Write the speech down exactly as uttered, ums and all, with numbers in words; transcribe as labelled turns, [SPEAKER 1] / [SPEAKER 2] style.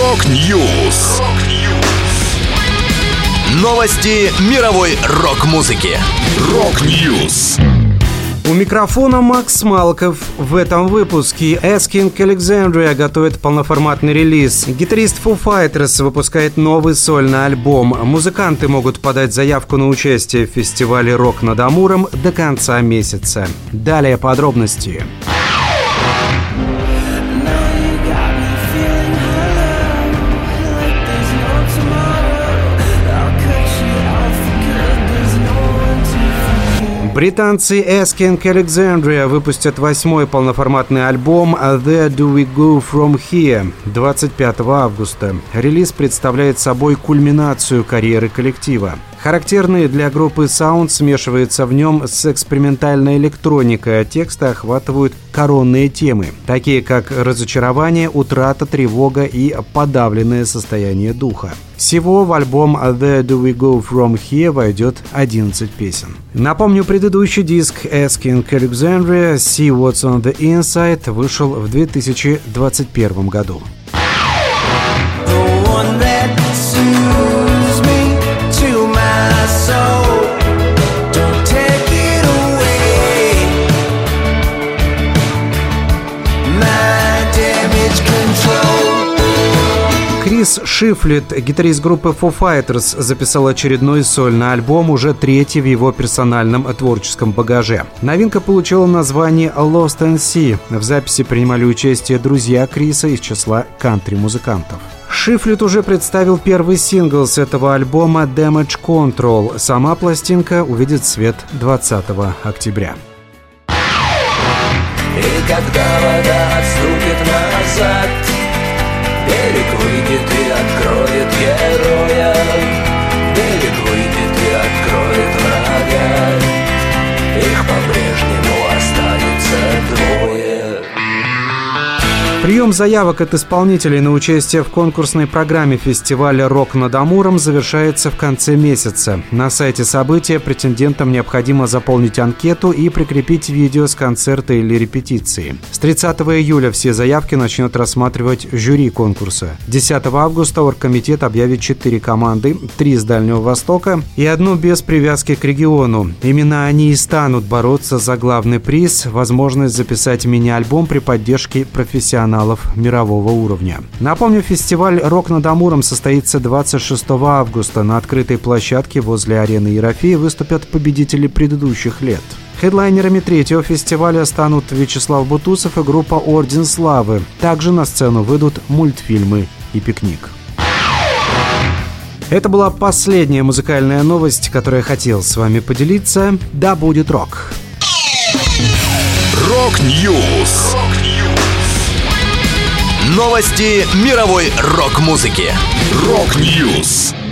[SPEAKER 1] Рок-Ньюс. Новости мировой рок-музыки. Рок-Ньюс.
[SPEAKER 2] У микрофона Макс Малков. В этом выпуске Asking Alexandria готовит полноформатный релиз. Гитарист Foo Fighters выпускает новый сольный альбом. Музыканты могут подать заявку на участие в фестивале «Рок над Амуром» до конца месяца. Далее подробности. Британцы Asking Alexandria выпустят восьмой полноформатный альбом «Where Do We Go From Here» двадцать пятого августа. Релиз представляет собой кульминацию карьеры коллектива. Характерный для группы саунд смешивается в нем с экспериментальной электроникой, а тексты охватывают коронные темы, такие как разочарование, утрата, тревога и подавленное состояние духа. Всего в альбом «Where Do We Go From Here» войдет одиннадцать песен. Напомню, предыдущий диск Asking Alexandria «See What's On The Inside» вышел в две тысячи двадцать первом году. Крис Шифлет, гитарист группы Foo Fighters, записал очередной сольный альбом, уже третий в его персональном творческом багаже. Новинка получила название «Lost and See». В записи принимали участие друзья Криса из числа кантри-музыкантов. Шифлет уже представил первый сингл с этого альбома «Damage Control». Сама пластинка увидит свет двадцатого октября.
[SPEAKER 3] И когда вода отступит назад, берег выйдет и откроет героя. Берег выйдет и откроет врага. Их по-прежнему останется двое.
[SPEAKER 2] Прием заявок от исполнителей на участие в конкурсной программе фестиваля «Рок над Амуром» завершается в конце месяца. На сайте события претендентам необходимо заполнить анкету и прикрепить видео с концерта или репетиции. С тридцатого июля все заявки начнет рассматривать жюри конкурса. десятого августа оргкомитет объявит четыре команды, три с Дальнего Востока и одну без привязки к региону. Именно они и станут бороться за главный приз – возможность записать мини-альбом при поддержке профессионалов мирового уровня. Напомню, фестиваль «Рок над Амуром» состоится двадцать шестого августа. На открытой площадке возле арены Ерофея выступят победители предыдущих лет. Хедлайнерами третьего фестиваля станут Вячеслав Бутусов и группа «Орден Славы». Также на сцену выйдут мультфильмы и пикник. Это была последняя музыкальная новость, которую я хотел с вами поделиться. Да будет рок!
[SPEAKER 1] Рок-Ньюс. Новости мировой рок-музыки. Рок-Ньюс.